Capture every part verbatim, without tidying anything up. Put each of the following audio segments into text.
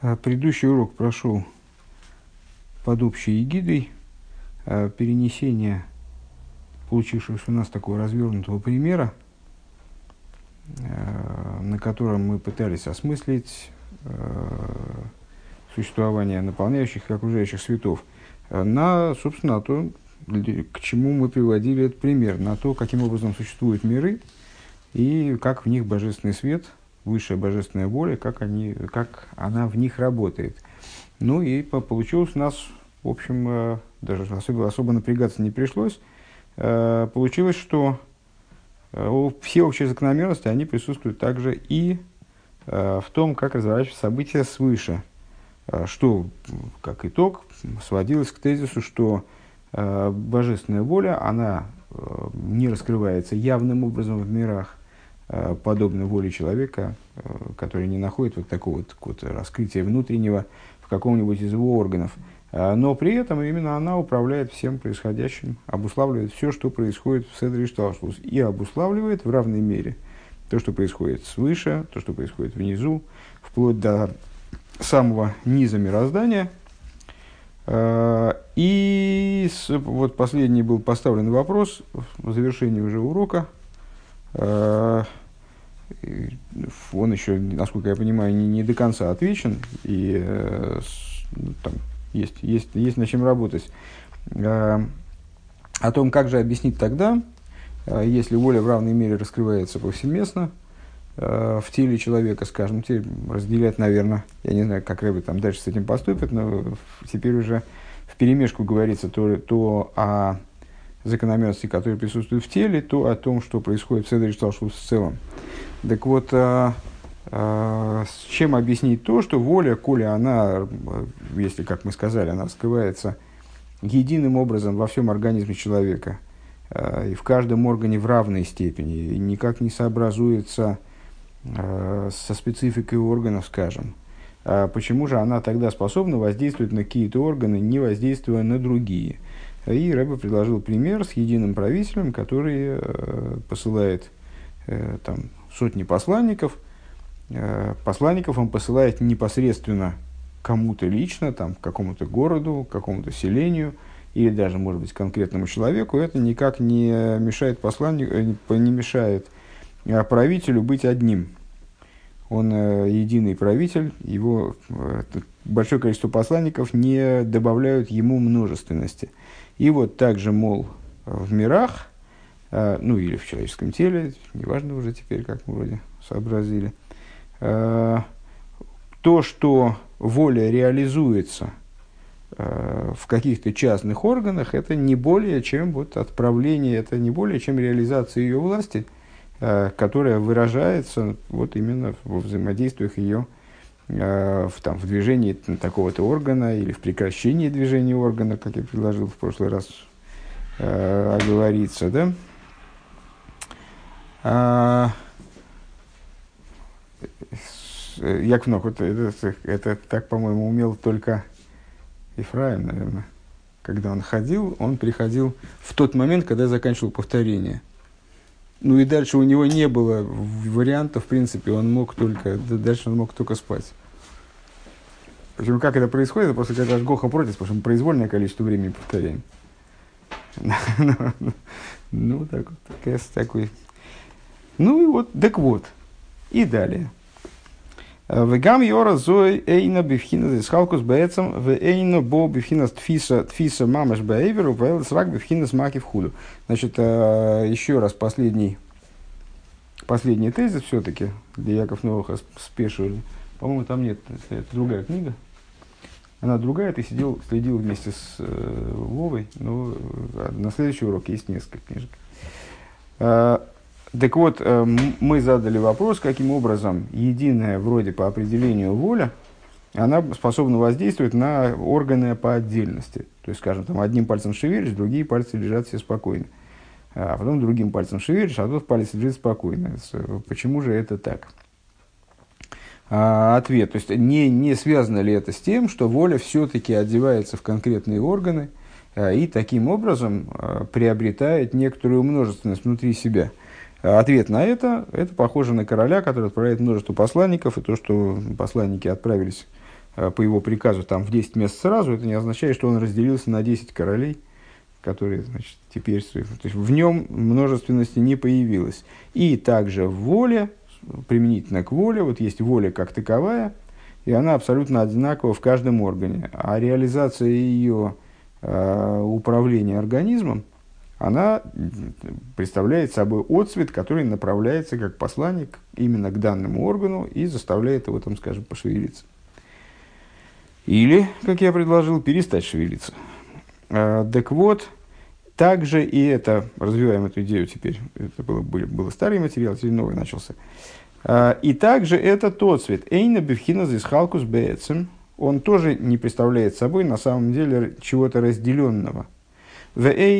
А, Предыдущий урок прошел под общей эгидой а, перенесения получившегося у нас такого развернутого примера, а, на котором мы пытались осмыслить а, существование наполняющих и окружающих светов, а, на, собственно, на то, к чему мы приводили этот пример, на то, каким образом существуют миры и как в них божественный свет, высшая божественная воля, как, они, как она в них работает. Ну и получилось у нас, в общем, даже особо, особо напрягаться не пришлось. Получилось, что все общие закономерности, они присутствуют также и в том, как разворачиваются события свыше. Что, как итог, сводилось к тезису, что божественная воля, она не раскрывается явным образом в мирах, подобно воле человека, который не находит вот такого вот, вот раскрытия внутреннего в каком-нибудь из его органов. Но при этом именно она управляет всем происходящим, обуславливает все, что происходит в Седер Ишталшус, и обуславливает в равной мере то, что происходит свыше, то, что происходит внизу, вплоть до самого низа мироздания. И вот последний был поставлен вопрос в завершении уже урока. Он еще, насколько я понимаю, не, не до конца отвечен, и ну, там есть, есть, есть над чем работать. О том, как же объяснить тогда, если воля в равной мере раскрывается повсеместно в теле человека, скажем, разделять, наверное, я не знаю, как Рэбби там дальше с этим поступит, но теперь уже вперемешку говорится то, то о закономерности, которые присутствуют в теле, то о том, что происходит в Седер Ишталшус в целом. Так вот, а, а, с чем объяснить то, что воля, коли она, если, как мы сказали, она раскрывается единым образом во всем организме человека, а, и в каждом органе в равной степени, и никак не сообразуется а, со спецификой органов, скажем, а почему же она тогда способна воздействовать на какие-то органы, не воздействуя на другие? И Рэбе предложил пример с единым правителем, который э, посылает э, там, сотни посланников. Э, посланников он посылает непосредственно кому-то лично, там, к какому-то городу, к какому-то селению, или даже, может быть, конкретному человеку. Это никак не мешает, посланнику, не мешает правителю быть одним. Он э, единый правитель, его э, большое количество посланников не добавляют ему множественности. И вот также, мол, в мирах, э, ну или в человеческом теле, неважно уже теперь, как мы вроде сообразили, э, то, что воля реализуется э, в каких-то частных органах, это не более чем вот отправление, это не более чем реализация ее власти, э, которая выражается вот именно во взаимодействиях ее В, там, в движении такого-то органа или в прекращении движения органа, как я предложил в прошлый раз э, оговориться, да? А, Яков Нох, это, это, это так, по-моему, умел только Ифраим, наверное. Когда он ходил, он приходил в тот момент, когда заканчивал повторение. Ну и дальше у него не было вариантов, в принципе, он мог только, дальше он мог только спать. Причем, как это происходит, после когда Гоха против, потому что мы произвольное количество времени повторяем. Ну, так вот, такой. Ну и вот, так вот. И далее. Вегам йора зой эйна бифхина зисхалкус бэцам в эйна бо бифхина тфиса тфиса мамаш бэйверу вэл срак бифхина смаки в худу. Значит, еще раз последний последний тезис все-таки, где Яков Новых спешивали. По-моему, там нет, это другая книга. Она другая, ты сидел, следил вместе с э, Вовой, но э, на следующий урок есть несколько книжек. Э, так вот, э, мы задали вопрос, каким образом единая вроде по определению воля, она способна воздействовать на органы по отдельности. То есть, скажем, там одним пальцем шевелишь, другие пальцы лежат все спокойно. А потом другим пальцем шевелишь, а тот палец лежит спокойно. Почему же это так? А, ответ. То есть, не, не связано ли это с тем, что воля все-таки одевается в конкретные органы а, и таким образом а, приобретает некоторую множественность внутри себя? А, ответ на это, это похоже на короля, который отправляет множество посланников, и то, что посланники отправились по его приказу там в десять мест сразу, это не означает, что он разделился на десять королей, которые, значит, теперь... То есть в нем множественности не появилось. И также в воле, применительно к воле, вот есть воля как таковая, и она абсолютно одинакова в каждом органе. А реализация ее э, управления организмом, она представляет собой отцвет, который направляется как посланник именно к данному органу и заставляет его, там, скажем, пошевелиться. Или, как я предложил, перестать шевелиться. Э, так вот, также и это, развиваем эту идею теперь, это было, был, был старый материал, теперь новый начался. Э, и также это тот цвет, эйна бифхина зисхалкус бээцем, он тоже не представляет собой на самом деле чего-то разделенного. И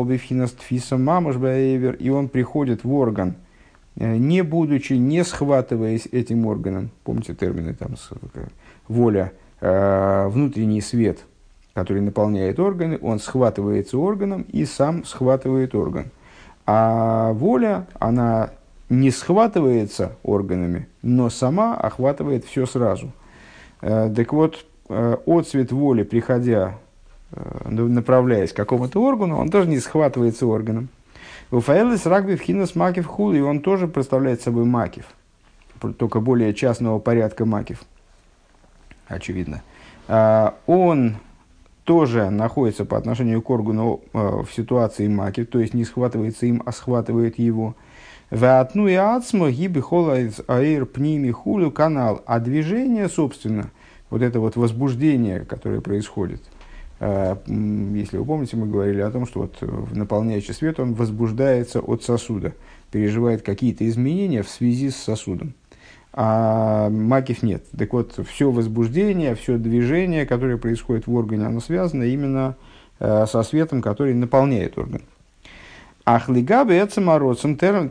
он приходит в орган, не будучи, не схватываясь этим органом. Помните термины, там, воля, внутренний свет, который наполняет органы, он схватывается органом и сам схватывает орган. А воля, она не схватывается органами, но сама охватывает все сразу. Так вот, отцвет воли, приходя, направляясь к какому-то органу, он тоже не схватывается органом. Уфаэлис рагби в хинас макив хул, и он тоже представляет собой макив, только более частного порядка макив, очевидно. Он тоже находится по отношению к органу в ситуации макив, то есть не схватывается им, а схватывает его. Ваатну и ацмо гиби хола аэр пними хулю канал, а движение, собственно, вот это вот возбуждение, которое происходит. Если вы помните, мы говорили о том, что вот наполняющий свет, он возбуждается от сосуда, переживает какие-то изменения в связи с сосудом. А макив нет. Так вот, все возбуждение, все движение, которое происходит в органе, оно связано именно со светом, который наполняет орган. Ахлигабе эцемароцен терм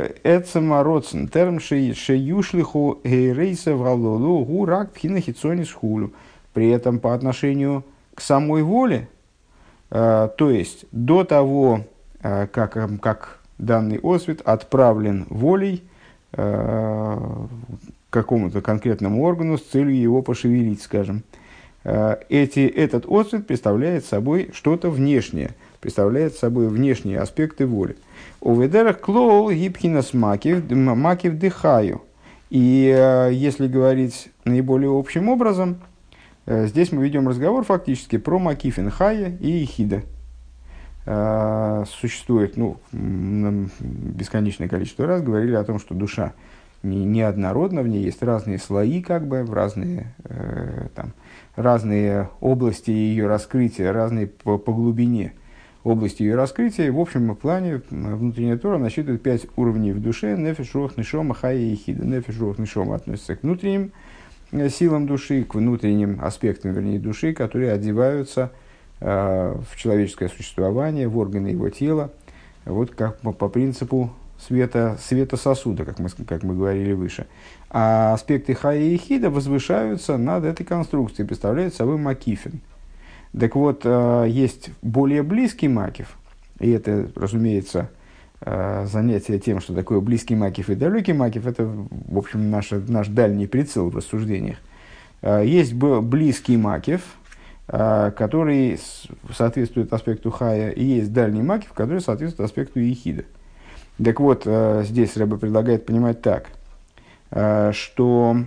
шеюшлиху гейрейса валолу гурак пхинахицонис хулю. При этом по отношению к самой воле, э, то есть до того, э, как, как данный освет отправлен волей э, к какому-то конкретному органу с целью его пошевелить, скажем, э, эти, этот освет представляет собой что-то внешнее, представляет собой внешние аспекты воли. Уведерах клоул гибхинас макив макив дыхаю. И э, если говорить наиболее общим образом, здесь мы ведем разговор фактически про макифин хая и ехида. Существует, ну, бесконечное количество раз говорили о том, что душа не, неоднородна, в ней есть разные слои, как бы, разные, там, разные области ее раскрытия, разные по, по глубине области ее раскрытия. В общем плане внутренняя Тора насчитывает пять уровней в душе. Нефеш, руах, нишома, хая и ехида. Нефеш, руах, нишома относится к внутренним силам души, к внутренним аспектам, вернее, души, которые одеваются э, в человеческое существование, в органы его тела, вот как по, по принципу света, света сосуда, как мы, как мы говорили выше. А аспекты хая и хида возвышаются над этой конструкцией, представляют собой макифин. Так вот, э, есть более близкий макиф, и это, разумеется, занятие тем, что такое близкий макиф и далекий макиф, это, в общем, наш, наш дальний прицел в рассуждениях. Есть близкий макиф, который соответствует аспекту хая, и есть дальний макиф, который соответствует аспекту ехида. Так вот, здесь Рэбе предлагает понимать так, что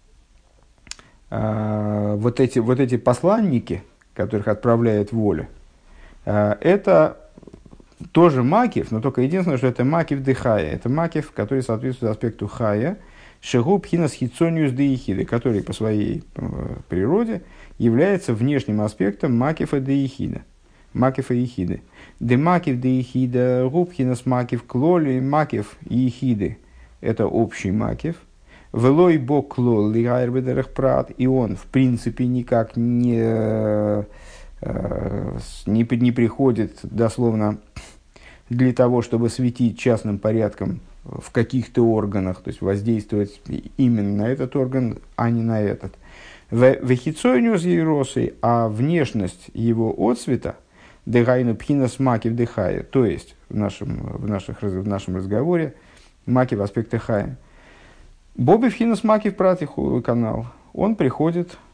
вот эти, вот эти посланники, которых отправляет воля, это тоже макив, но только единственное, что это макив де хая. Это макив, который соответствует аспекту хая, шегу пхинас хитсониус де ехиды, который по своей природе является внешним аспектом макифа де ехида. Макифа ехиды. Де макив де ехида, губхинас макив клоли, макив ехиды. Это общий макив. Велой бо клол лигайр бедерах прат. И он, в принципе, никак не... Не, не приходит дословно для того, чтобы светить частным порядком в каких-то органах, то есть воздействовать именно на этот орган, а не на этот. Вехицойниус ейросы, а внешность его отцвета, дегайну пхинас макив дехая, то есть в нашем, в, наших, в нашем разговоре макив аспекта хая. Боби пхинас макив пратиху канал, он приходит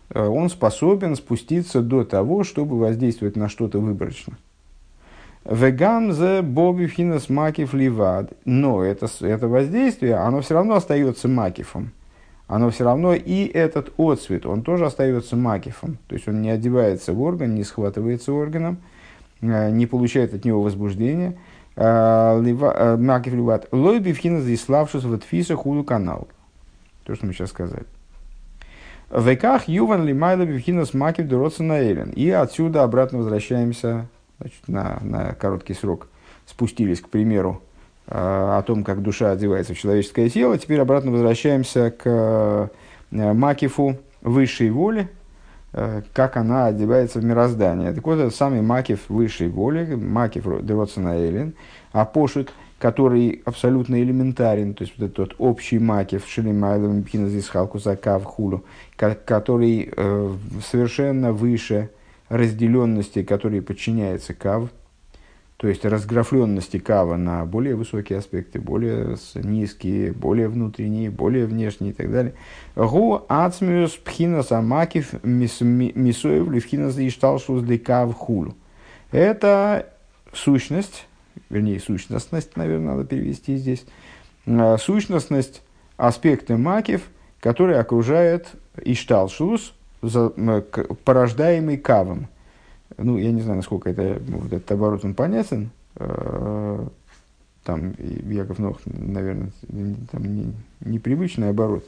он способен спуститься до того, чтобы воздействовать на что-то выборочно. Вегам зе боби финас макив ливад. Но это, это воздействие, оно все равно остается макифом. Оно все равно и этот отцвет, он тоже остается макифом. То есть он не одевается в орган, не схватывается органом, не получает от него возбуждения. Макиф ливад. Лойби финас зиславшус в тфиса худу канал. То, что мы сейчас сказали. В веках юван лимайла бифхинас макив дуротса на элен. И отсюда обратно возвращаемся, значит, на, на короткий срок. Спустились, к примеру, о том, как душа одевается в человеческое тело. Теперь обратно возвращаемся к макифу высшей воли, как она одевается в мироздание. Так вот, это самый макиф высшей воли, макиф дуротса на элен, а пошут, который абсолютно элементарен, то есть вот этот общий макив шелимайловым пхиназисхалкуса кав хулу, который э, совершенно выше разделенности, который подчиняется кав, то есть разграфленности кава на более высокие аспекты, более низкие, более внутренние, более внешние и так далее. Гу ацмиус пхинаса макив мисоев левхинас ишталшус де кав хулу. Это сущность, вернее, сущностность, наверное, надо перевести здесь, сущностность аспекта макив, который окружает ишталшус, порождаемый кавом. Ну, я не знаю, насколько это, вот этот оборот он понятен. Там Яков Нох, наверное, там не, непривычный оборот.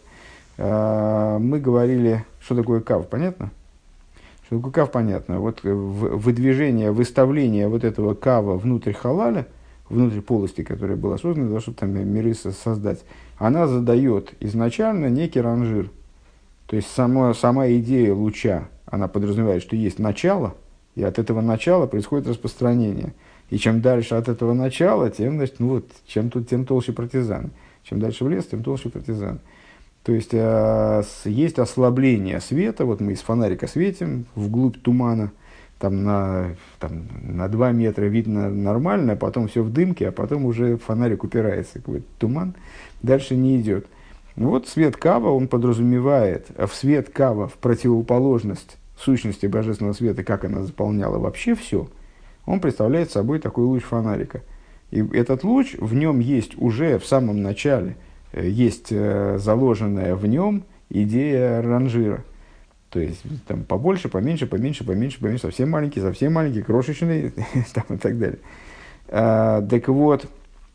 Мы говорили, что такое кав, понятно? Что такое кав, понятно. Вот выдвижение, выставление вот этого кава внутрь халаля, внутрь полости, которая была создана, для того, чтобы там миры создать, она задает изначально некий ранжир. То есть сама, сама идея луча, она подразумевает, что есть начало, и от этого начала происходит распространение. И чем дальше от этого начала, тем, значит, ну вот, чем, тут, тем толще партизан. Чем дальше в лес, тем толще партизан. То есть, э, с, есть ослабление света. Вот мы из фонарика светим вглубь тумана. Там на, там, на два метра видно нормально, потом все в дымке, а потом уже фонарик упирается. Какой-то туман. Дальше не идет. Вот свет кава, он подразумевает, в свет кава, в противоположность сущности божественного света, как она заполняла вообще все, он представляет собой такой луч фонарика. И этот луч, в нем есть уже в самом начале, есть заложенная в нем идея ранжира. То есть там побольше, поменьше, поменьше, поменьше, поменьше, совсем маленький, совсем маленький, крошечный там, и так далее. А, так вот,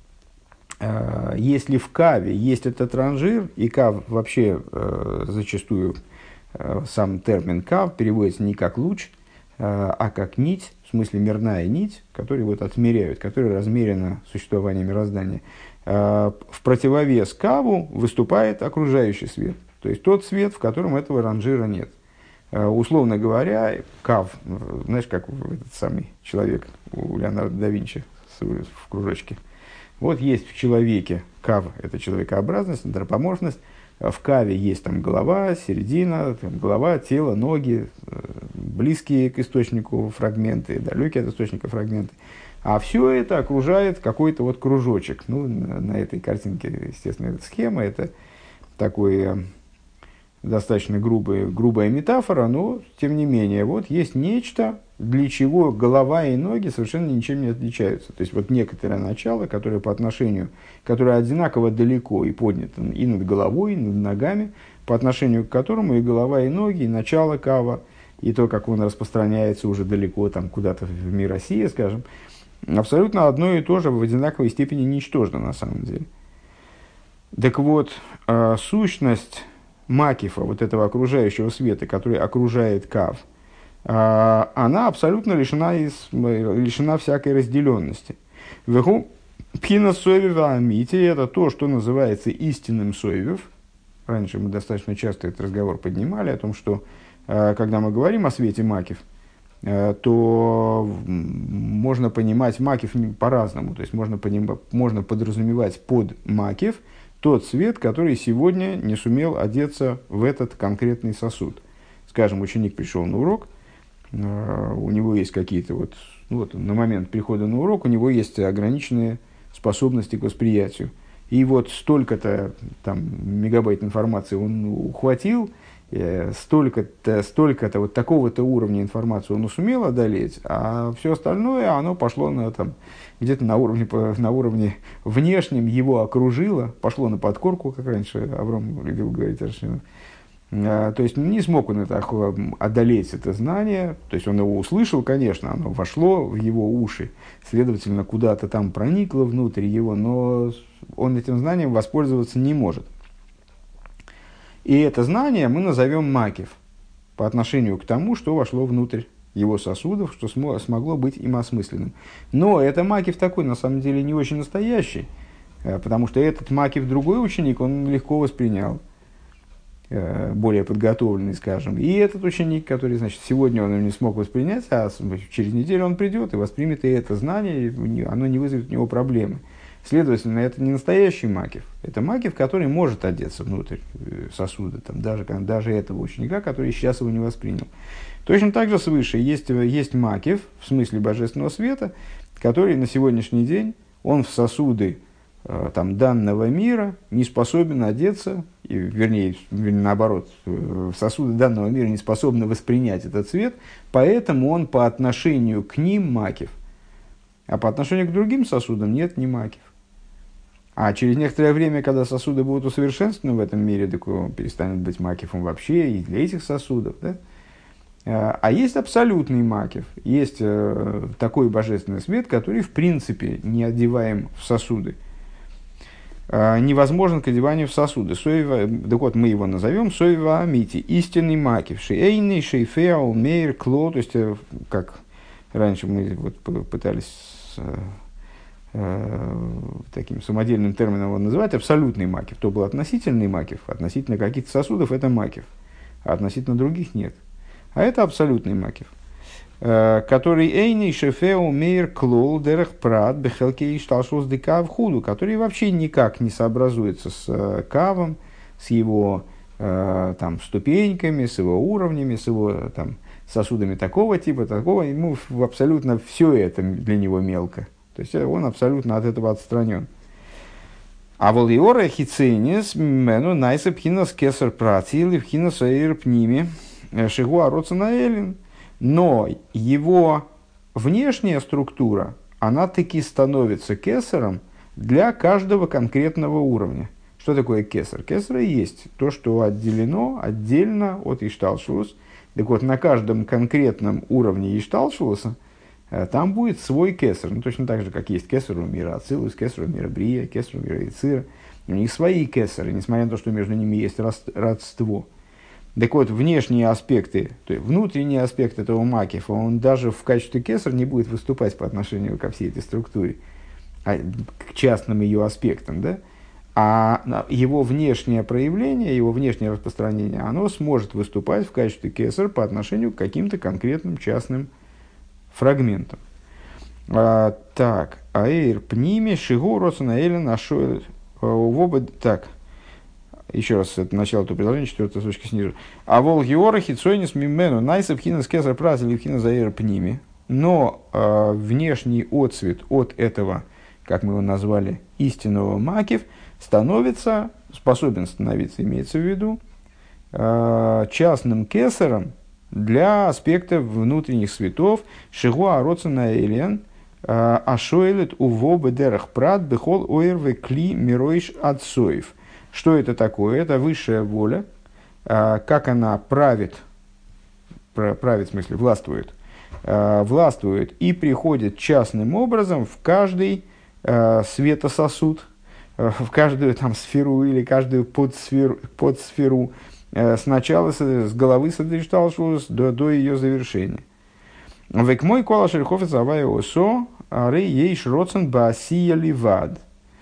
а, если в каве есть этот ранжир, и кав вообще а, зачастую а, сам термин кав переводится не как луч, а, а как нить, в смысле мирная нить, которую вот отмеряют, которая размерена существование мироздания. А, в противовес каву выступает окружающий свет, то есть тот свет, в котором этого ранжира нет. Условно говоря, кав, знаешь, как этот самый человек у Леонардо да Винчи в кружочке. Вот есть в человеке кав, это человекообразность, антропоморфность. В каве есть там голова, середина, там голова, тело, ноги, близкие к источнику фрагменты, далекие от источника фрагменты. А все это окружает какой-то вот кружочек. Ну, на, на этой картинке, естественно, эта схема, это такой достаточно грубая, грубая метафора, но, тем не менее, вот есть нечто, для чего голова и ноги совершенно ничем не отличаются. То есть, вот некоторое начало, которое по отношению, которое одинаково далеко и поднято и над головой, и над ногами, по отношению к которому и голова, и ноги, и начало кава, и то, как он распространяется уже далеко, там, куда-то в мир России, скажем, абсолютно одно и то же в одинаковой степени ничтожно на самом деле. Так вот, э, сущность макифа, вот этого окружающего света, который окружает кав, она абсолютно лишена, из, лишена всякой разделенности. Пхина соевива амити – это то, что называется истинным соевев. Раньше мы достаточно часто этот разговор поднимали о том, что когда мы говорим о свете макиф, то можно понимать макиф по-разному. То есть можно, поним, можно подразумевать под макиф тот свет, который сегодня не сумел одеться в этот конкретный сосуд. Скажем, ученик пришел на урок, у него есть какие-то вот, ну вот на момент прихода на урок у него есть ограниченные способности к восприятию. И вот столько-то там мегабайт информации он ухватил, э, столько-то, столько-то, вот такого-то уровня информации он сумел одолеть, а все остальное, оно пошло на, там, где-то на уровне, на уровне внешнем, его окружило, пошло на подкорку, как раньше Авраам любил говорить Аршинов. То есть не смог он это одолеть, это знание, то есть он его услышал, конечно, оно вошло в его уши, следовательно, куда-то там проникло внутрь его, но он этим знанием воспользоваться не может. И это знание мы назовем макев по отношению к тому, что вошло внутрь его сосудов, что смо- смогло быть им осмысленным. Но это макев такой, на самом деле, не очень настоящий, потому что этот макев другой ученик, он легко воспринял, более подготовленный, скажем. И этот ученик, который, значит, сегодня он не смог воспринять, а через неделю он придет и воспримет и это знание, и оно не вызовет у него проблемы. Следовательно, это не настоящий макев. Это макев, который может одеться внутрь сосуда, там, даже, даже этого ученика, который сейчас его не воспринял. Точно так же свыше есть, есть макев, в смысле божественного света, который на сегодняшний день, он в сосуды там, данного мира не способен одеться, и, вернее, наоборот, в сосуды данного мира не способны воспринять этот свет, поэтому он по отношению к ним макев, а по отношению к другим сосудам нет ни макев. А через некоторое время, когда сосуды будут усовершенствованы в этом мире, так он перестанет быть макефом вообще и для этих сосудов. Да? А есть абсолютный макев, есть такой божественный свет, который в принципе не одеваем в сосуды. Невозможен к одеванию в сосуды. Соева, так вот, мы его назовем Соева Амити, истинный макев. Шейный, шейфеал, мейр, кло. То есть, как раньше мы вот пытались э, э, таким самодельным термином его называть, абсолютный макев. То был относительный макев. Относительно каких-то сосудов это макев, а относительно других нет. А это абсолютный макев, который эйный шефеу мейр клол дерех прат бехелке и шталшос декав худу, который вообще никак не сообразуется с кавом, с его там, ступеньками, с его уровнями, с его там, сосудами такого типа, такого, ему абсолютно все это для него мелко. То есть он абсолютно от этого отстранен. А волиора хиценис мену найса пхинас кесар прати или пхинас эйр пними шигуа роцанаэлин. Но его внешняя структура, она таки становится кесаром для каждого конкретного уровня. Что такое кесар? Кесар и есть то, что отделено отдельно от ишталшус. Так вот, на каждом конкретном уровне ишталшуса там будет свой кесар. Ну, точно так же, как есть кесар у мира Ацилус, кесар у мира Брия, кесар у мира Ицира. У них свои кесары, несмотря на то, что между ними есть родство. Так вот, внешние аспекты, то есть внутренний аспект этого макефа, он даже в качестве кесар не будет выступать по отношению ко всей этой структуре, а, к частным ее аспектам, да? А его внешнее проявление, его внешнее распространение, оно сможет выступать в качестве кесар по отношению к каким-то конкретным частным фрагментам. А, так, аэйр пними шигу роцанаэлен ашоэль воба, так. Еще раз, это начало этого предложения, четвертая строчка снизу. А вол геора хитсойнис мимену найсов хинас кесар праз или хинас заэра пними. Но э, внешний отцвет от этого, как мы его назвали, истинного макев, становится, способен становиться, имеется в виду, э, частным кесаром для аспекта внутренних светов шигуа роцена элен ашоэлет уво бедерах прат бехол оэрве кли миройш отцоев. Что это такое? Это высшая воля, как она правит, правит в смысле властвует, властвует и приходит частным образом в каждый светососуд, в каждую там сферу или каждую подсферу, подсферу сначала с головы Садришталшус до, до ее завершения. Век мой кола шерхофец авай осо арей ейш роцен баасия ливад.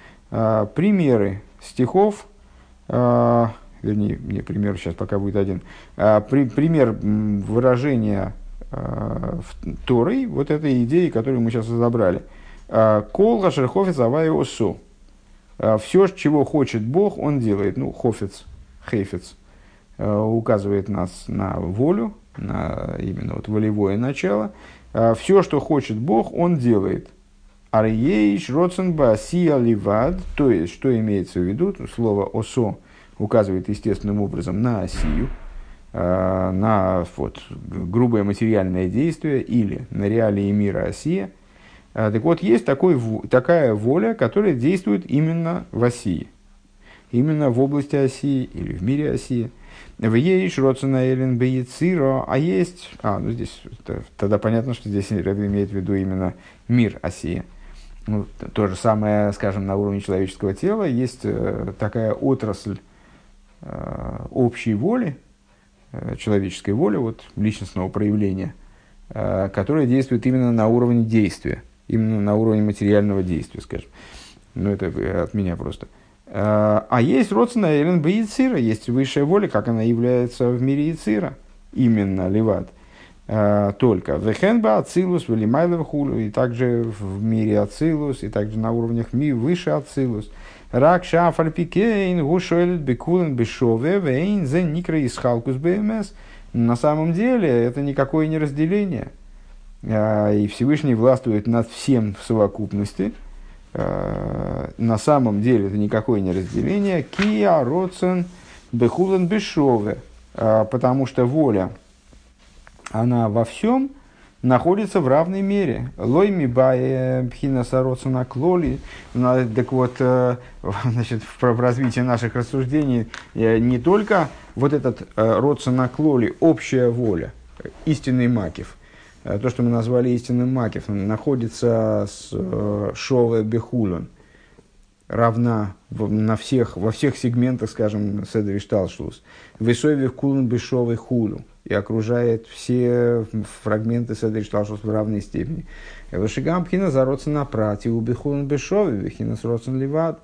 Примеры стихов, Uh, вернее, не, пример сейчас пока будет один. Uh, при, пример выражения uh, в Торой вот этой идеи, которую мы сейчас разобрали. Кол гашер хофец авай осу. Все, чего хочет Бог, он делает. Ну, хофец, хейфец uh, указывает нас на волю, на именно вот волевое начало. Uh, все, что хочет Бог, он делает. Арьейш роценба сия ливад, то есть, что имеется в виду, слово осо указывает естественным образом на осию, на вот, грубое материальное действие или на реалии мира осия. Так вот, есть такой, такая воля, которая действует именно в осии, именно в области осии или в мире осии. В ейш роцена элен бейцира, а есть, а, ну здесь тогда понятно, что здесь Ребе имеет в виду именно мир осия. Ну, то же самое, скажем, на уровне человеческого тела есть э, такая отрасль э, общей воли, э, человеческой воли, вот, личностного проявления, э, которая действует именно на уровне действия, именно на уровне материального действия, скажем. Ну, это от меня просто. А есть родственная элен бейцира, есть высшая воля, как она является в мире Яцира, именно леват. Только вехенба ацилус велимайлев хулю, и также в мире ацилус, и также на уровнях ми выше ацилус. Рак шафальпикейн гушоэль бекулен бешове вейн зе никра исхалкус бмс. На самом деле это никакое не разделение, и Всевышний властвует над всем в совокупности. На самом деле это никакое не разделение. Кия роцен бехулен бешове, потому что воля, она во всем находится в равной мере. Лойми бае пхинаса роцена клоли. Так вот, значит, в развитии наших рассуждений не только вот этот роцена клоли, общая воля, истинный макев, то, что мы назвали истинным макефом, находится с шове бехулон, равна в, на всех, во всех сегментах, скажем, седри шталшлус, высове кулон бешове хулю, и окружает все фрагменты седри шталшлус в равной степени. Вышигам пхина зароцен на прати, у бехулон бешове, вехина сроцен ливат,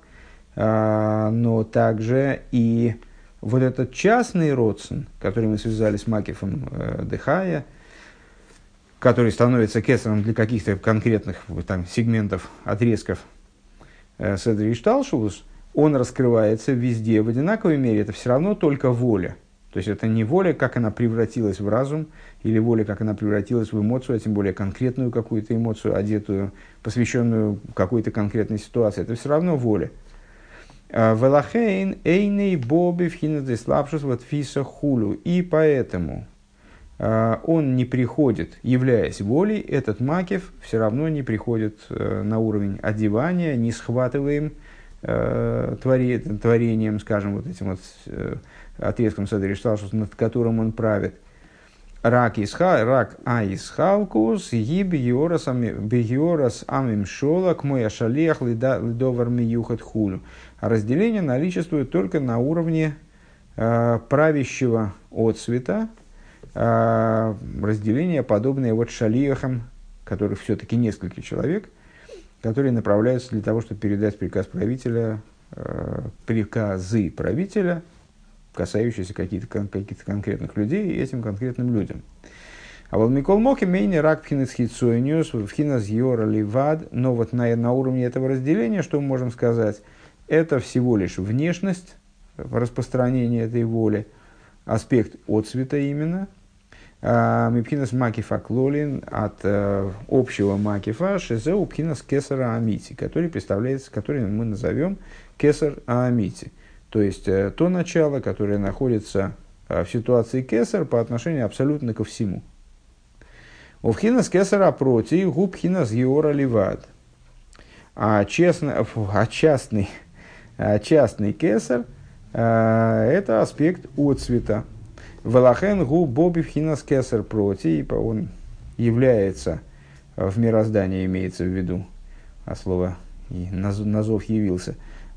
но также и вот этот частный родсен, который мы связали с макефом э, Дехая, который становится кесаром для каких-то конкретных там, сегментов, отрезков э, Седри и Шталшулус, он раскрывается везде в одинаковой мере. Это все равно только воля. То есть это не воля, как она превратилась в разум, или воля, как она превратилась в эмоцию, а тем более конкретную какую-то эмоцию, одетую, посвященную какой-то конкретной ситуации. Это все равно воля. Велахейн эйней боби вхинадзе слабшус вот фиса хулю. И поэтому он не приходит, являясь волей, этот макев все равно не приходит э, на уровень одевания, не схватываем э, твори, творением, скажем, вот этим вот э, отрезком Седри Шталшус, над которым он правит. Рак исха, рак а исхалкус, гиб йорас амим шолак, мой ашалех лидовар миюхат хулю. А разделение наличествует только на уровне э, правящего отцвета, разделение, подобное вот шалиахам, которых все-таки несколько человек, которые направляются для того, чтобы передать приказ правителя, приказы правителя, касающиеся каких-то, каких-то конкретных людей и этим конкретным людям. А вот Микол Мохи мейни рак пхинес хитсуэниус пхинес йора ливад, но вот на, на уровне этого разделения, что мы можем сказать, это всего лишь внешность распространения этой воли, аспект отцвета именно, мипхинас макифа клолин от э, общего макифа шезеу пхинас кесара амити, который представляется, который мы назовем кесар амити, то есть э, то начало, которое находится э, в ситуации кесар по отношению абсолютно ко всему. Увхинас кесара проти губхинас геора ливад, а, честно, фу, а частный, а частный кесар э, это аспект отцвета. Велахен гу боби вхинас кесар проти, он является в мироздании, имеется в виду, а слово назов явился,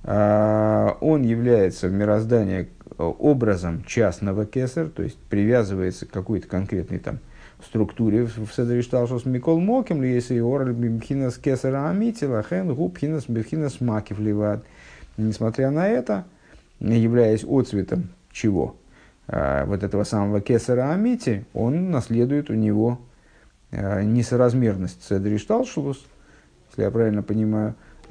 он является в мироздании образом частного кесар, то есть привязывается к какой-то конкретной там структуре в Седри Шталшус Микол Моким, если ораль бхинас кесара амити, лахен гу бхинас бхинас макив ливад. Несмотря на это, являясь отцветом чего? Вот этого самого кесара амити, он наследует у него несоразмерность Седри Шталшус, если я правильно понимаю,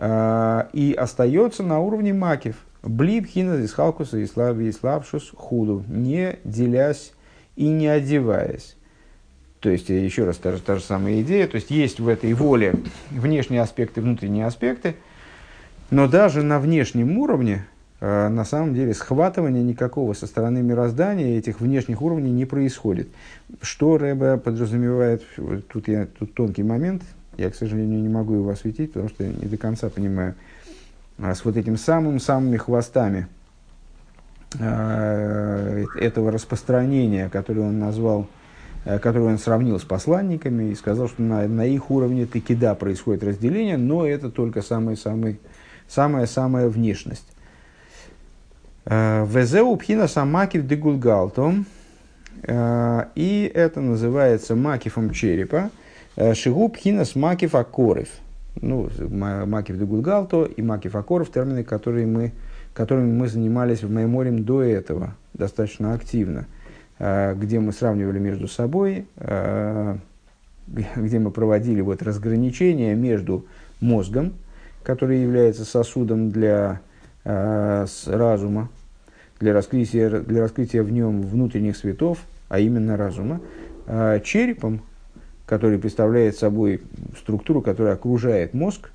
и остается на уровне макив. Блиб хина из халкуса и слабшус худу, не делясь и не одеваясь. То есть, еще раз, та же, та же самая идея. То есть, есть в этой воле внешние аспекты, внутренние аспекты, но даже на внешнем уровне на самом деле схватывания никакого со стороны мироздания этих внешних уровней не происходит. Что Ребе подразумевает, тут, я, тут тонкий момент, я, к сожалению, не могу его осветить, потому что не до конца понимаю, с вот этим самым-самыми хвостами этого распространения, которое он назвал, которое он сравнил с посланниками и сказал, что на, на их уровне таки да происходит разделение, но это только самая-самая внешность. Везеу пхинас амакив де гулгалто, и это называется макифом черепа, шигу пхинас макиф акорев. Ну, макиф де гулгалто и макиф акорев — термины, которые мы, которыми мы занимались в Майморим до этого достаточно активно, где мы сравнивали между собой, где мы проводили вот разграничение между мозгом, который является сосудом для разума, для раскрытия, для раскрытия в нем внутренних светов, а именно разума, черепом, который представляет собой структуру, которая окружает мозг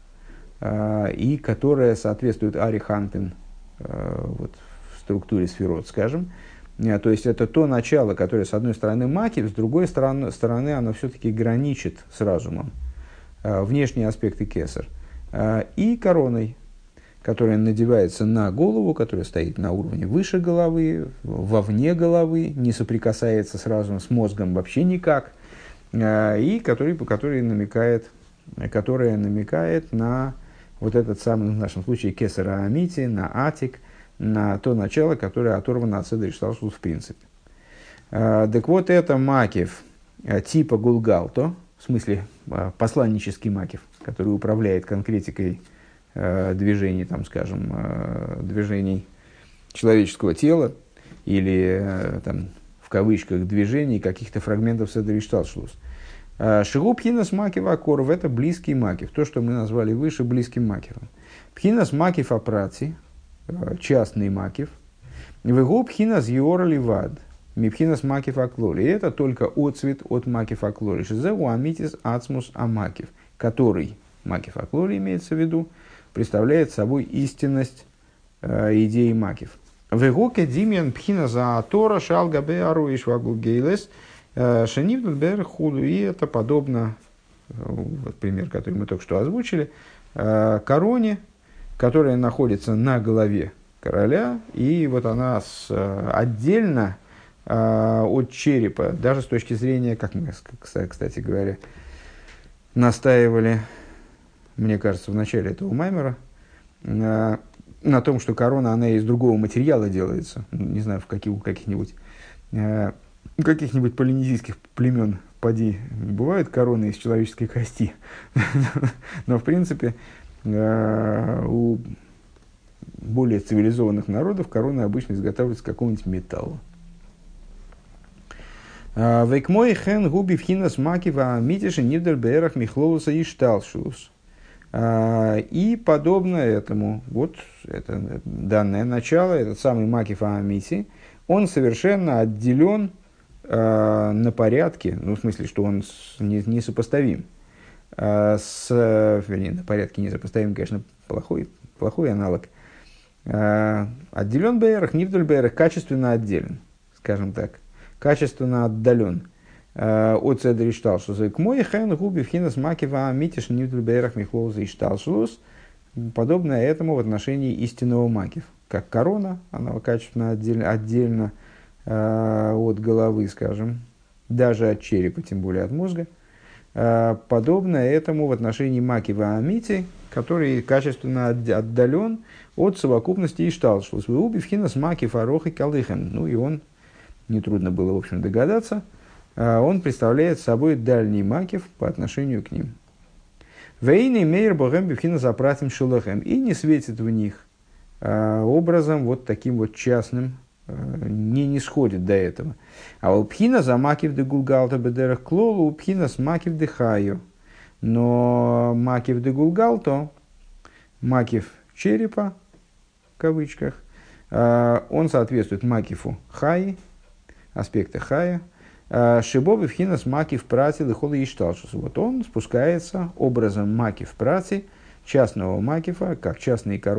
и которая соответствует арихантен вот, в структуре сферот, скажем. То есть это то начало, которое с одной стороны макив, с другой стороны, стороны оно все-таки граничит с разумом, внешние аспекты кесар, и короной, которая надевается на голову, которая стоит на уровне выше головы, вовне головы, не соприкасается с разумом, с мозгом вообще никак, и который, который намекает, которая намекает на вот этот самый, в нашем случае, кесар аамити, на атик, на то начало, которое оторвано от седер шталшус в принципе. Так вот, это макив типа гулгалто, в смысле посланнический макив, который управляет конкретикой движений, там, скажем, движений человеческого тела или, там, в кавычках, движений каких-то фрагментов седер шталшус. Шигу пхинас макив акоров — это близкий макив, то, что мы назвали выше близким макивом. Пхинас макив апраци, частный макив. Вегу пхинас йора ливад, мипхинас макив аклоли. И это только отцвет от макив аклоли. Шизеу амитис ацмус амакив, который, макив аклоли имеется в виду, представляет собой истинность э, идеи макив. Вегу кедимиан пхинас аатора шалгабе аруиш вагу гейлес шенивдут бер худу. И это подобно, вот пример, который мы только что озвучили, э, короне, которая находится на голове короля, и вот она с, отдельно э, от черепа, даже с точки зрения, как мы, кстати говоря, настаивали, мне кажется, в начале этого маймера, э, на том, что корона, она из другого материала делается, не знаю, в каких, у каких-нибудь, э, каких-нибудь полинезийских племен, поди, бывают короны из человеческой кости, но в принципе у более цивилизованных народов короны обычно изготавливаются из какого-нибудь металла. Вейкмой хен губи вхинас макива митиши нивдер бэрах михлоуса и шталшус. И подобно этому, вот это данное начало, этот самый макив аамити, он совершенно отделен на порядке, ну в смысле, что он несопоставим. С, вернее, на порядке несопоставим, конечно, плохой, плохой аналог. Отделен БР, нивдуль БР, качественно отделен, скажем так, качественно отдален от седри шталшус. К мой хэн губи вхинас макива митиш нивдуль БР михлоуза и шталшус. Подобно этому в отношении истинного макив. Как корона, она качественно отдельно, отдельно от головы, скажем, даже от черепа, тем более от мозга. Подобно этому в отношении макива амити, который качественно отдален от совокупности и шталшус. Вы уби вхинас макив арох и калыхем. Ну и он, нетрудно было, в общем, догадаться, он представляет собой дальний макив по отношению к ним. Вейный мейр богем бифхинас апратим шелахем. И не светит в них образом вот таким вот частным, не, не сходит до этого. А у пхина за макив де гулгалта бедерах клолу, у пхина с макив де хайо. Но макив де гулгалто, макив черепа, в кавычках, он соответствует макифу хаи, аспекта хая. Шибовы пхина с макив прати лихола и шталшус. Вот он спускается образом макив прати, частного макифа, как частные короны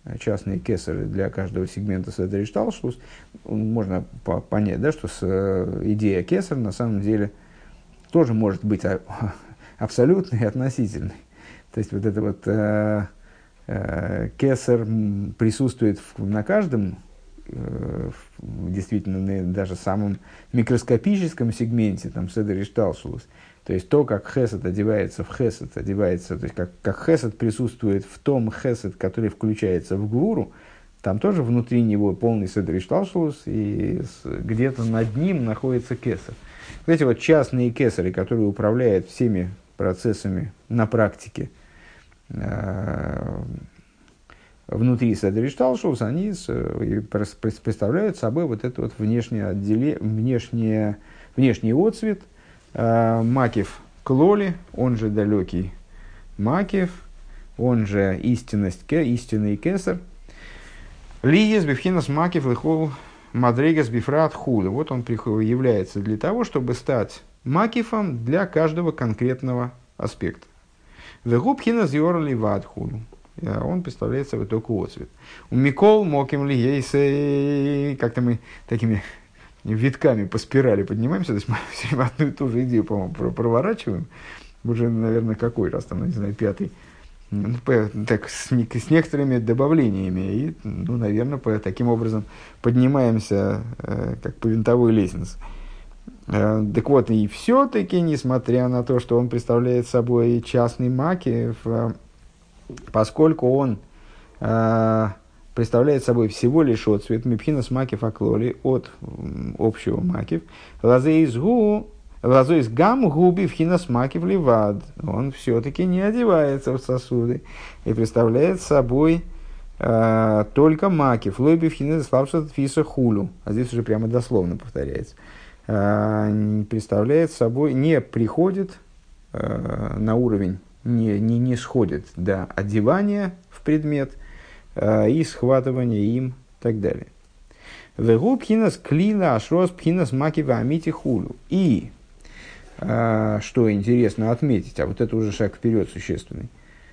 частные кесары для каждого сегмента Седер Ишталшус, можно по- понять, да, что с, э, идея кесар на самом деле тоже может быть а, абсолютной и относительной. То есть вот это вот э, э, кесар присутствует в, на каждом, э, в, действительно, на даже самом микроскопическом сегменте, там, Седер Ишталшус. То есть то, как хесед одевается в хесед, одевается, то есть как, как хесед присутствует в том хесед, который включается в гвуру, там тоже внутри него полный седер ишталшус, и с, где-то над ним находится кесар. Вот эти вот частные кесары, которые управляют всеми процессами на практике э, внутри седер ишталшус, они с, представляют собой вот это вот внешнее отделение, внешнее, внешний отцвет Макив Клоли, он же далекий Макив, он же истинность, истинный кесар. Лиес бифхинас Макив лихол мадрегас бифрат хула. Вот он является для того, чтобы стать Макифом для каждого конкретного аспекта. Вегубхинас йорли вад хулу. Он представляет собой только отцвет. У Микол моким ли ейсей. Как-то мы такими витками по спирали поднимаемся, то есть мы все время одну и ту же идею, по-моему, проворачиваем. Уже, наверное, какой раз, там, не знаю, пятый. Ну, по, так, с, с некоторыми добавлениями. И, ну, наверное, по, таким образом поднимаемся э, как по винтовой лестнице. Э, так вот, и все-таки, несмотря на то, что он представляет собой частный макив, э, поскольку он э, представляет собой всего лишь отцвет мипхинас макив аклоли от общего макив. Лазоис гу, лазоис гам губи вхинас макив ливад. Он все-таки не одевается в сосуды и представляет собой э, только макив. Лойби вхинас славшат фиса хулю. А здесь уже прямо дословно повторяется. Э, представляет собой, не приходит э, на уровень, не, не, не сходит до одевания в предмет, и схватывание им и так далее. Вегу пхинас клила ашрос пхинас макива амити хулю. И, что интересно отметить, а вот это уже шаг вперед существенный,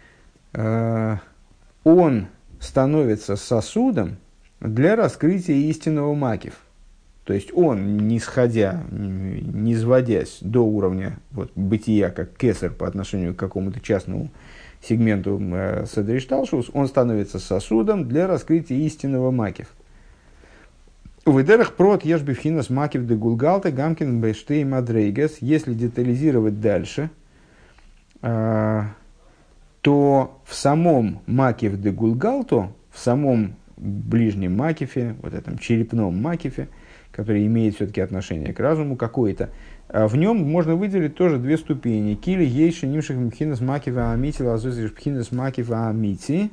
он становится сосудом для раскрытия истинного макив. То есть он, не сходя, не сводясь до уровня вот, бытия, как кесар по отношению к какому-то частному сегменту э, Седер Ишталшус, он становится сосудом для раскрытия истинного макив. В идерах прот ешбифхинас макив де гулгалта гамкин бэштей мадрейгас. Если детализировать дальше, э, то в самом макив де гулгалто, в самом ближнем макифе, вот этом черепном макифе, который имеет все-таки отношение к разуму какое-то, в нем можно выделить тоже две ступени. Кили ейши нимших мпхинас макива амити, лазоис мпхинас макива амити,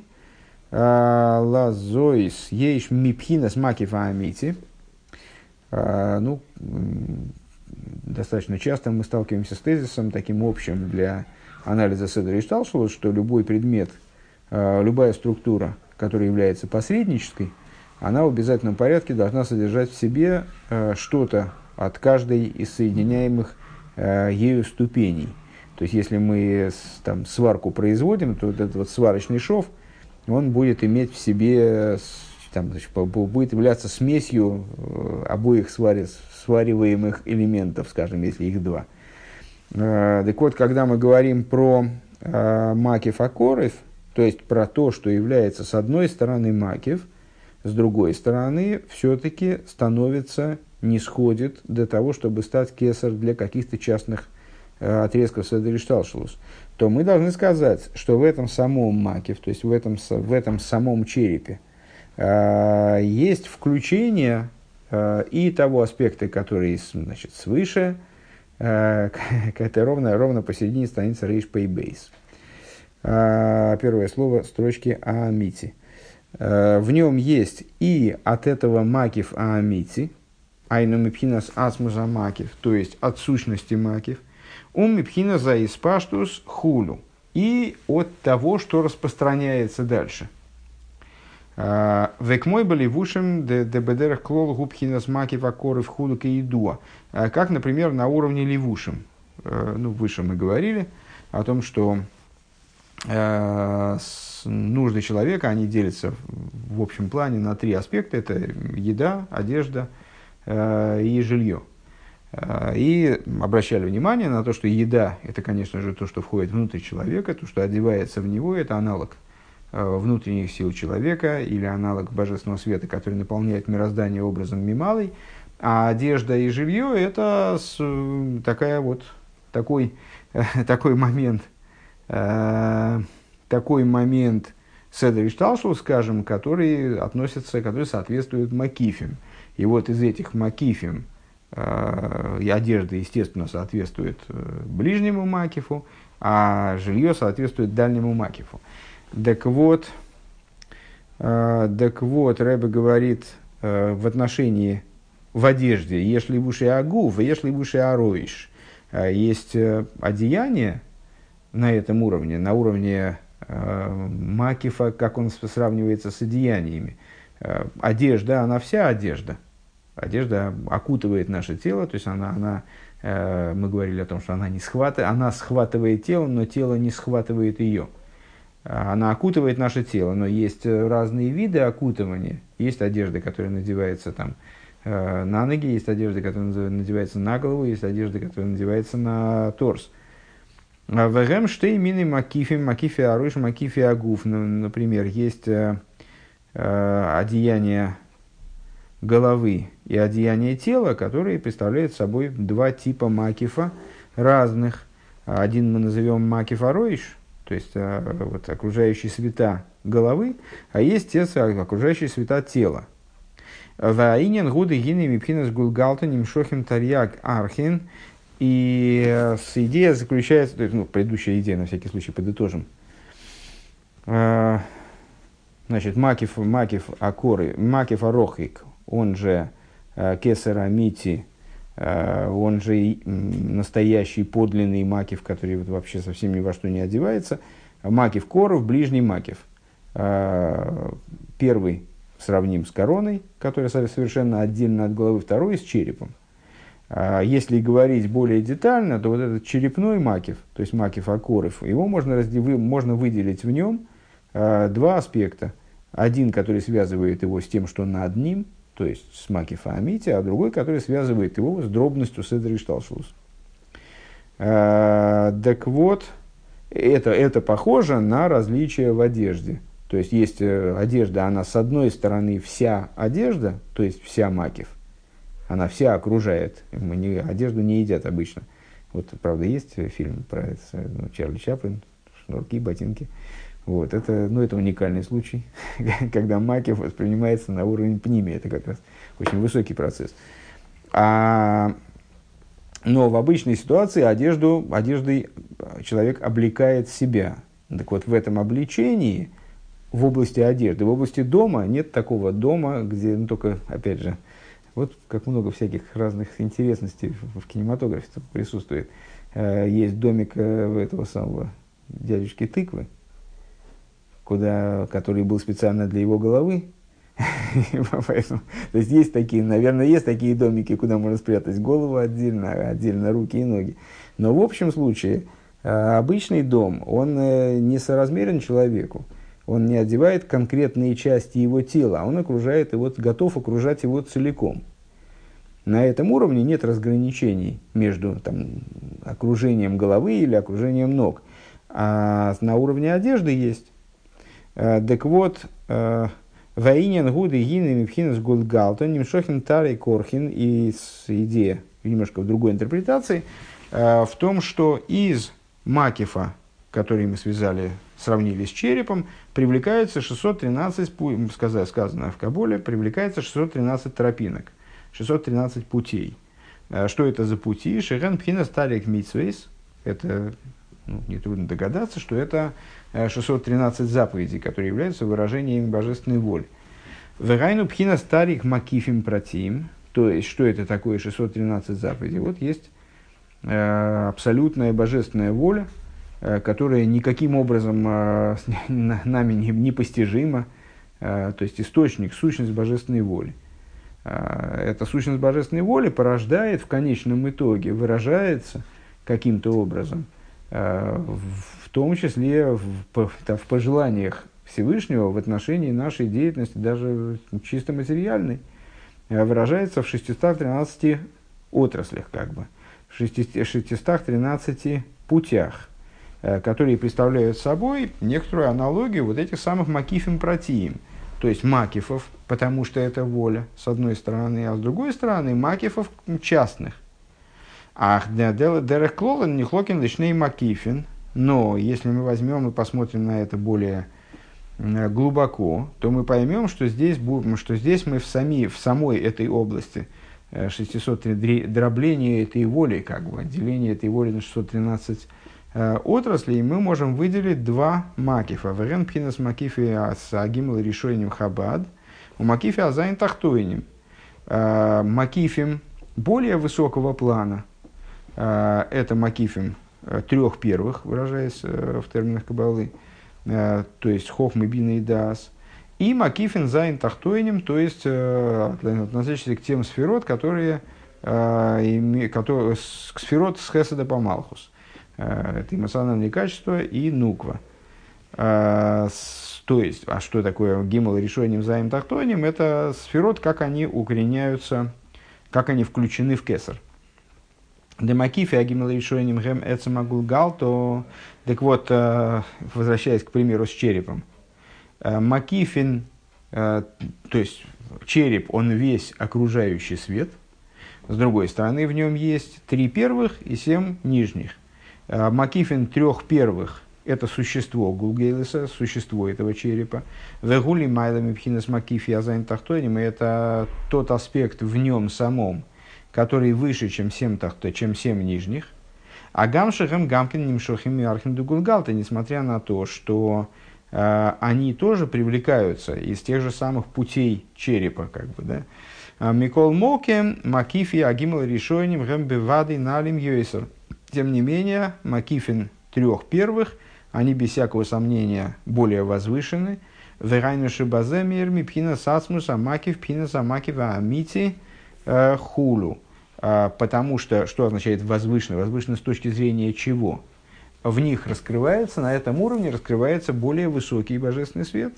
лазоис ейш мипхинас макива амити. Ну, достаточно часто мы сталкиваемся с тезисом таким общим для анализа Седер Ишталшус, что любой предмет, любая структура, которая является посреднической, она в обязательном порядке должна содержать в себе э, что-то от каждой из соединяемых э, ею ступеней. То есть, если мы с, там, сварку производим, то вот этот вот сварочный шов, он будет иметь в себе, там, значит, будет являться смесью э, обоих свари, свариваемых элементов, скажем, если их два. Э, так вот, когда мы говорим про э, макив акорев, то есть про то, что является с одной стороны макив, с другой стороны, все-таки становится, не сходит до того, чтобы стать кесар для каких-то частных э, отрезков Седер Ишталшус, то мы должны сказать, что в этом самом макив, то есть в этом, в этом самом черепе, э, есть включение э, и того аспекта, который, значит, свыше, э, это ровно, ровно посередине страницы Рейш Пей Бейс. Э, первое слово строчки Аамити. В нем есть и от этого макив аамити, айну мипхинас асмуза макив, то есть от сущности макив, ум мипхина за испаштус хулу, и от того, что распространяется дальше. Век мой были вушем де бедерах клол губхинас макив акоров хулу каидуа, как, например, на уровне левушем. Ну, выше мы говорили о том, что э, нужды человека, они делятся в общем плане на три аспекта. Это еда, одежда э, и жилье. И обращали внимание на то, что еда – это, конечно же, то, что входит внутрь человека, то, что одевается в него, это аналог внутренних сил человека или аналог божественного света, который наполняет мироздание образом мималой. А одежда и жилье – это такая вот, такой, такой момент, такой момент седер ишталшус, скажем, который относится, который соответствует макифим. И вот из этих макифим и одежда, естественно, соответствует ближнему макифу, а жилье соответствует дальнему макифу. Так вот, так вот, Ребе говорит в отношении в одежде «Ешли буши агув, ешли буши ароиш». Есть одеяние на этом уровне, на уровне макифа, как он сравнивается с одеяниями. Одежда, она вся одежда. Одежда окутывает наше тело, то есть она, она, э, мы говорили о том, что она не схватывает, она схватывает тело, но тело не схватывает ее. Она окутывает наше тело, но есть разные виды окутывания. Есть одежда, которая надевается там, э, на ноги, есть одежда, которая надевается на голову, есть одежда, которая надевается на торс. Вэгэм штей мины макифи, макифи аруш, макифи агуф. Например, есть э, э, одеяние головы и одеяние тела, которые представляют собой два типа макифа разных. Один мы назовем макиф ароиш, то есть вот, окружающие света головы, а есть те окружающие света тела. Ваинен гуды гины мипхинас гулгалтан имшохим тарьяк архин. И идея заключается, то есть, ну, предыдущая идея, на всякий случай подытожим. Значит, макиф, макиф акоры, макиф арохик, он же э, кесар амити, э, он же настоящий подлинный макиф, который вот вообще совсем ни во что не одевается. Макиф коров, ближний макиф. Э, первый сравним с короной, которая совершенно отдельно от головы, второй с черепом. Э, если говорить более детально, то вот этот черепной макиф, то есть макиф акоров, его можно, разде- можно выделить в нем э, два аспекта. Один, который связывает его с тем, что над ним, то есть с макифа амити, а другой, который связывает его с дробностью седер ишталшус. А, так вот, это, это похоже на различия в одежде. То есть, есть одежда, она с одной стороны вся одежда, то есть вся макиф, она вся окружает. Мы не, одежду не едят обычно. Вот, правда, есть фильм про это, ну, Чарли Чаплин, шнурки, ботинки. Вот, это, ну, это уникальный случай, когда макиф воспринимается на уровень пними. Это как раз очень высокий процесс. А, но в обычной ситуации одежду, одеждой человек облекает себя. Так вот, в этом обличении, в области одежды, в области дома, нет такого дома, где, ну, только, опять же, вот как много всяких разных интересностей в, в кинематографе присутствует. Есть домик этого самого дядюшки Тыквы, куда, который был специально для его головы. Поэтому, то есть, есть такие, наверное, есть такие домики, куда можно спрятать голову отдельно, отдельно руки и ноги. Но в общем случае, обычный дом, он не соразмерен человеку. Он не одевает конкретные части его тела, а он окружает его, готов окружать его целиком. На этом уровне нет разграничений между там, окружением головы или окружением ног. А на уровне одежды есть. Так вот, «Ваинен гуды гины мипхинас гудгалтон нимшохин тарей корхин». И идея немножко в другой интерпретации, в том, что из макифа, который мы связали, сравнили с черепом, привлекается шестьсот тринадцать, сказано в Каболе, привлекается шестьсот тринадцать тропинок, шестьсот тринадцать путей. Что это за пути? Шехен пхинас тарик митсвейс. Это, ну, нетрудно догадаться, что это шестьсот тринадцать заповедей, которые являются выражением божественной воли. Вегайну пхина старик макифим протим. То есть, что это такое шестьсот тринадцать заповедей? Вот есть э, абсолютная божественная воля, э, которая никаким образом э, нами не, непостижима. Э, то есть, источник, сущность божественной воли. Э, эта сущность божественной воли порождает в конечном итоге, выражается каким-то образом э, в том числе в, в пожеланиях Всевышнего в отношении нашей деятельности, даже чисто материальной, выражается в шестистах тринадцати отраслях, как бы, в шестистах тринадцати путях, которые представляют собой некоторую аналогию вот этих самых макифим протиим, то есть макифов, потому что это воля, с одной стороны, а с другой стороны макифов частных. Ах, дерех клолен нихлокин лишней макифин, но если мы возьмем и посмотрим на это более глубоко, то мы поймем, что здесь, что здесь мы в, сами, в самой этой области шестисот дробления этой воли, как бы, деления этой воли на шестьсот тринадцать э, отраслей, мы можем выделить два макифа. Варен пхинас макифи с агимл решением хабад, у макифи азайн тахтойним. Э, макифим более высокого плана, э, это макифим э, трех первых, выражаясь э, в терминах каббалы, то есть хохмы, бина и даас, и макифин зайн тахтойним, то есть относящийся к тем сферот, которые, которые к сферот с хеседа по малхус. Это эмоциональные качества и нуква. То есть, а что такое гимл решением зайн тахтойним? Это сферот, как они укореняются, как они включены в кесар. Демакифи агимл решением гэм эцемагулгал, то так вот, возвращаясь к примеру с черепом, макифин, то есть череп, он весь окружающий свет, с другой стороны в нем есть три первых и семь нижних. Макифин трех первых – это существо гулгейлеса, существо этого черепа. Вегули майлами пхинас макифи азайн тахтоним – это тот аспект в нем самом, который выше, чем семь, тахто, чем семь нижних. А гамшахам гамкин нимшохим и архинду гулгалта, несмотря на то, что э, они тоже привлекаются из тех же самых путей черепа, как бы, да. Микол моке макифи агимал решением гэмбевады налим йойсер. Тем не менее, макифин трех первых, они без всякого сомнения более возвышены. Верайну шибазе мирми пхина сацмус амакив пхина самакива амити хулу. Потому что, что означает возвышенно? Возвышенно с точки зрения чего? В них раскрывается, на этом уровне раскрывается более высокий божественный свет,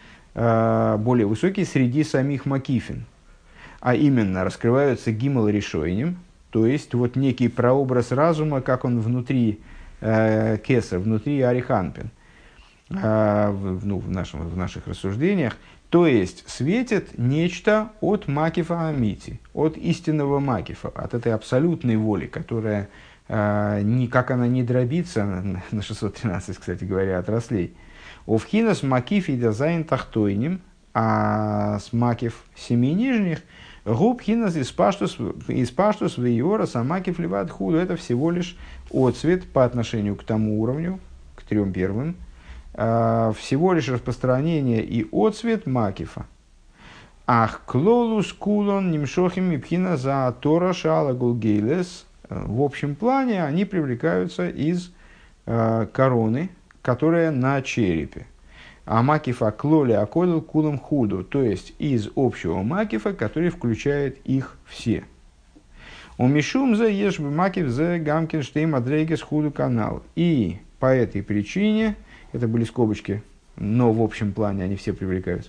более высокий среди самих макифин. А именно, раскрываются гимл решением, то есть вот некий прообраз разума, как он внутри э, кесар, внутри ариханпин, э, в, ну, в, нашем, в наших рассуждениях. То есть светит нечто от макифа амити, от истинного макифа, от этой абсолютной воли, которая э, никак она не дробится на, на шестьсот тринадцать, кстати говоря, отраслей. Овхинас макифи дазайн тахтойним, а с макиф семи нижних губ хинас из паштус вейора самакиф ливат худу. Это всего лишь отцвет по отношению к тому уровню, к трем первым, всего лишь распространение и отцвет макифа. Ах клолус кулон нимшохим мипхина за тора шала гулгейлес. В общем плане они привлекаются из э, короны, которая на черепе. А макифа клоли акодил кулом худу, то есть из общего макифа, который включает их все. У мишум за еш макиф за гамкин штейм адрейгес худу канал. И по этой причине, это были скобочки, но в общем плане они все привлекаются.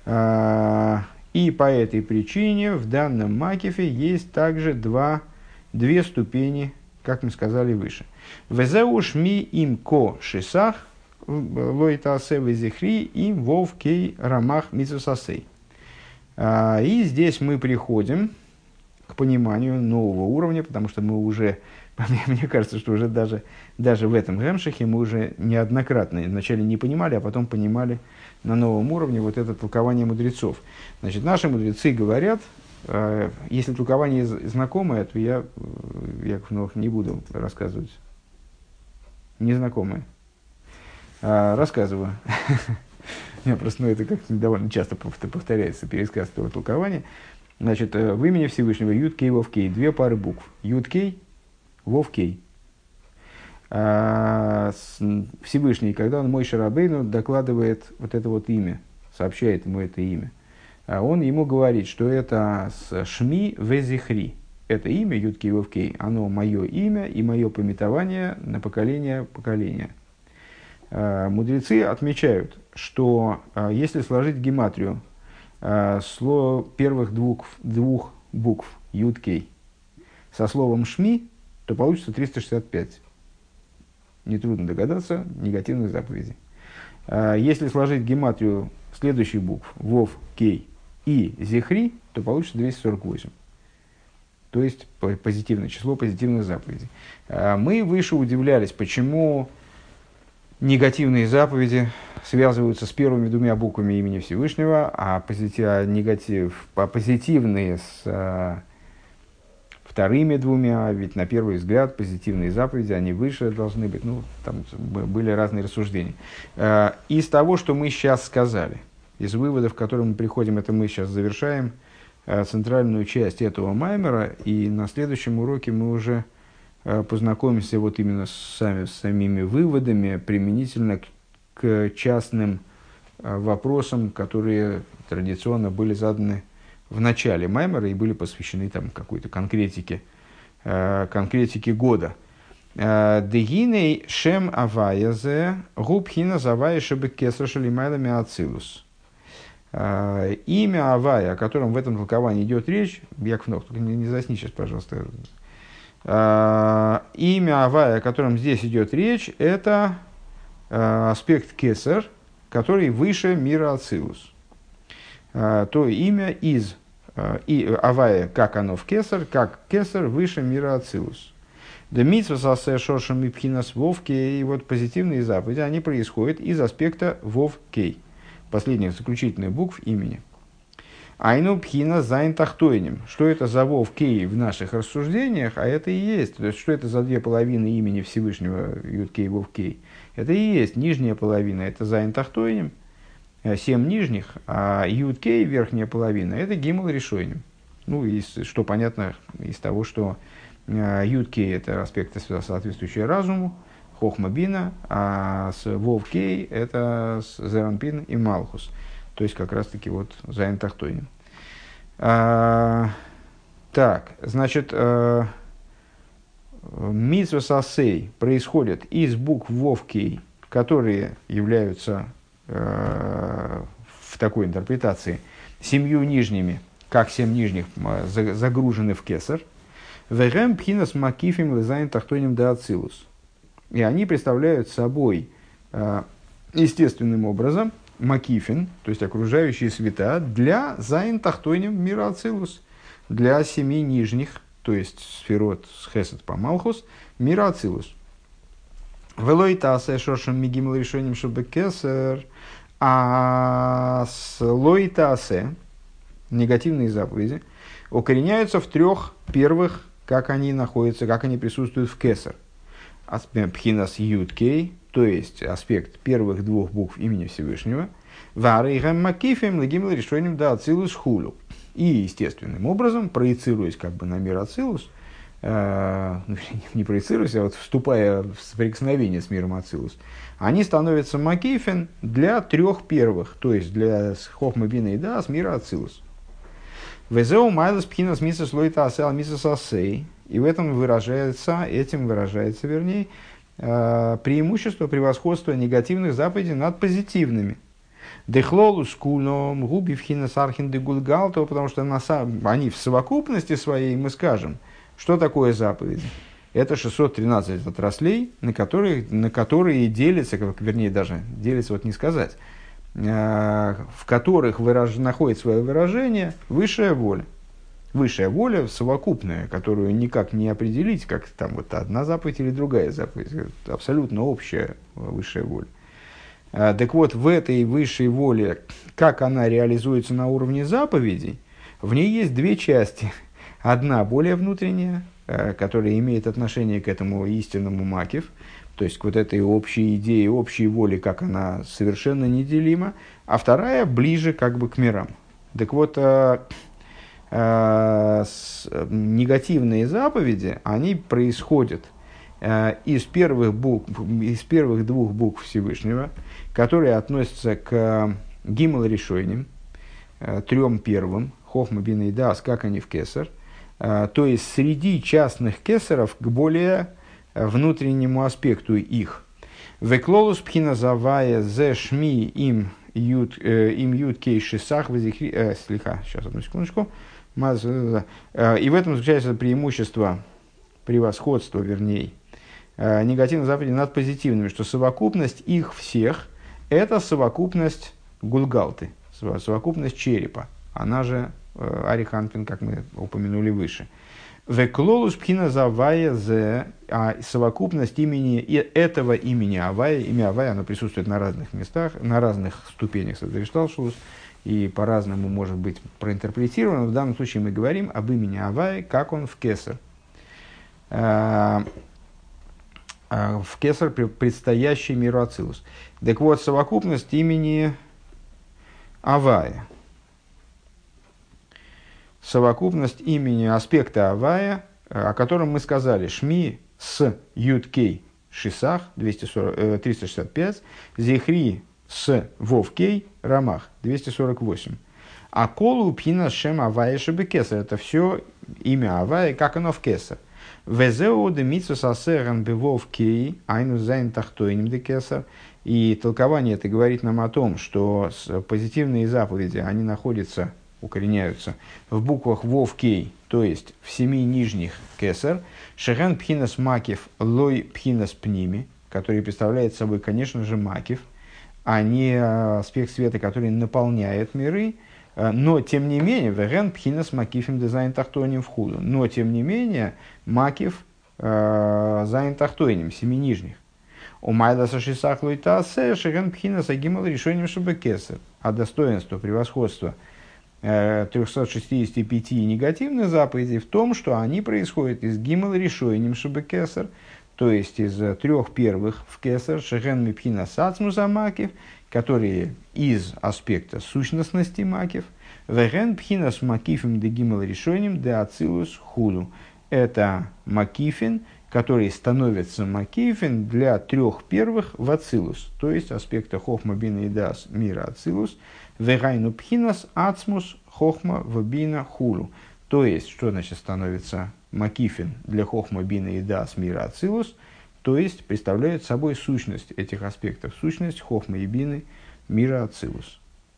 И по этой причине в данном макифе есть также два, две ступени, как мы сказали выше. Везеуш ми им ко шисах, лойтасе везихри им вов кей рамах мицусасей. И здесь мы приходим к пониманию нового уровня, потому что мы уже, мне кажется, что уже даже, даже в этом гемшихе мы уже неоднократно вначале не понимали, а потом понимали на новом уровне вот это толкование мудрецов. Значит, наши мудрецы говорят, э, если толкование знакомое, то я, Яков Новых, не буду рассказывать. Незнакомое. А, рассказываю. Я просто, ну, это как-то довольно часто повторяется пересказ этого толкования. Значит, в имени Всевышнего Юд Кей Вов Кей, две пары букв. Юд Кей, Вов Кей. Всевышний, когда он Мойше Рабейну докладывает вот это вот имя, сообщает ему это имя, он ему говорит, что это Шми Везихри. Это имя Юд Кей Вов Кей, оно мое имя и мое памятование на поколение поколения. Мудрецы отмечают, что если сложить гематрию сло первых двух, двух букв Юд-Кей со словом Шми, то получится триста шестьдесят пять. Нетрудно догадаться, негативных заповедей. Если сложить гематрию следующих букв Вов, Кей и Зихри, то получится двести сорок восемь. То есть позитивное число позитивных заповедей. Мы выше удивлялись, почему негативные заповеди связываются с первыми двумя буквами имени Всевышнего, а, позитив, а, негатив, а позитивные с а, вторыми двумя, ведь на первый взгляд позитивные заповеди, они выше должны быть. Ну, там были разные рассуждения. А, из того, что мы сейчас сказали, из выводов, к которым мы приходим, это мы сейчас завершаем а, центральную часть этого маймера, и на следующем уроке мы уже познакомимся вот именно с, сами, с самими выводами применительно к, к частным вопросам, которые традиционно были заданы в начале маймера и были посвящены там, какой-то конкретике, конкретике года. Дегиней шем аваязе губхина завая шебекесра шалимайлами ацилус. Имя Авая, о котором в этом толковании идет речь, Яков, не, не засни сейчас, пожалуйста. Uh, имя Авая, о котором здесь идет речь, это uh, аспект Кесар, который выше мира Ацилус. Uh, то имя из uh, и, Авая, как оно в Кесар, как Кесар выше мира Ацилус. Да митсва сасе шоршем и пхинас вовкей, и вот позитивные заповеди, они происходят из аспекта вовкей, последних заключительных букв имени. Айну пхина зайн тахтойним. Что это за вов кей в наших рассуждениях? А это и есть. То есть, что это за две половины имени Всевышнего Юд Кей Вов Кей? Это и есть нижняя половина. Это зайн тахтойним, семь нижних, а Юд Кей, верхняя половина, это гимл решойним. Ну, и что понятно из того, что Юд Кей это аспекты, соответствующие разуму, хохма бина, а с вов кей это зеранпин и малхус. То есть, как раз-таки, вот, зайн тахтойним. А, так, значит, а, митсва сасей происходит из букв вовкей, которые являются а, в такой интерпретации семью нижними, как семь нижних загружены в кесар. Вегем пхинас макифим лезайн тахтойним да ацилус. И они представляют собой а, естественным образом макифин, то есть окружающие света, для зайн тахтойним мира ацилус, для семи нижних, то есть сферот с хесед по малхус, мира ацилус. Велой таасе шоршем мигим решением шубе кесар, а с лой таасе, негативные заповеди, укореняются в трех первых, как они находятся, как они присутствуют в кесар. Пхинас юдкей, то есть аспект первых двух букв имени Всевышнего, варейгам макифем легимл решением да ацилус хулю. И естественным образом, проецируясь как бы на мир ацилус, э, не проецируясь, а вот вступая в соприкосновение с миром ацилус, они становятся макифен для трех первых, то есть для хохма бина и да с мира ацилус. Везеу майлас пхинас мисас лойта асел мисас асей. И в этом выражается, этим выражается, вернее, преимущество, превосходство негативных заповедей над позитивными. Дехлолус кулом губи вхинас архин де гулгалто, потому что на, они в совокупности своей, мы скажем, что такое заповеди. Это шестьсот тринадцать отраслей, на которые, на которые делится, вернее, даже делится, вот не сказать, в которых выраж, находит свое выражение высшая воля. Высшая воля совокупная, которую никак не определить, как там вот одна заповедь или другая заповедь. Это абсолютно общая высшая воля. Так вот, в этой высшей воле, как она реализуется на уровне заповедей, в ней есть две части. Одна более внутренняя, которая имеет отношение к этому истинному макив, то есть к вот этой общей идее, общей воли, как она совершенно неделима, а вторая ближе как бы к мирам. Так вот, негативные заповеди, они происходят из первых, букв, из первых двух букв Всевышнего, которые относятся к гимл решойним, трем первым, хохма бина и даас, как они в кесар, то есть среди частных кесаров к более внутреннему аспекту их. Веклолус пхина завая зе шми им ют им ют кей шисах вазихри слиха. Сейчас одну секундочку. И в этом заключается преимущество, превосходство, вернее, негативных заповедей над позитивными, что совокупность их всех – это совокупность гульгалты, совокупность черепа, она же ариханпин, как мы упомянули выше. Веклолус пхина завая зе, а совокупность имени этого имени Авая, имя Авая, оно присутствует на разных местах, на разных ступенях Садришталшус, и по-разному может быть проинтерпретировано. В данном случае мы говорим об имени Авая, как он в Кесар. В Кесар, предстоящий миру Ацилус. Так вот, совокупность имени Авая. Совокупность имени аспекта Авая, о котором мы сказали, Шми с Юткей Шисах, триста шестьдесят пять, Зихри с Вовкей Рамах, двести сорок восемь. А Колу Пхина Шем Авая Шебе Кесар, это все имя Авая, как оно в Кесар. Везеу де митсус асеран бевовкей айну зайн тахтойним де Кесар. И толкование это говорит нам о том, что позитивные заповеди, они находятся, укореняются в буквах Вовкей, то есть в семи нижних Кесар, Шехен Пхинас Макив Лой Пхинас Пними, который представляет собой, конечно же, Макив, а не аспект света, который наполняет миры, но тем не менее, Веген Пхинас Макифим Дезайн Тахтоним в худу, но тем не менее, Макив Зайн Тахтоним, семи нижних. У Майдаса Шисах Лойтасе Шехен Пхинас Агимал решением Шабекесар, а достоинство, превосходство трехсот шестидесяти пяти негативных заповедей в том, что они происходят из гимал решением шебекесар, то есть из трех первых в кесар, шеген мипхина сацмуса макив, которые из аспекта сущностности макив, веген пхинас макифим де гимал решением де ацилус худу. Это макифин, который становится макифин для трех первых в ацилус, то есть аспекта хохма бина и дас мира ацилус, вегайну пхинас ацмус хохма вабина хулу. То есть, что значит становится макифин для хохма бина и дас мира ацилус, то есть представляет собой сущность этих аспектов, сущность хохма и бины мира ацилус.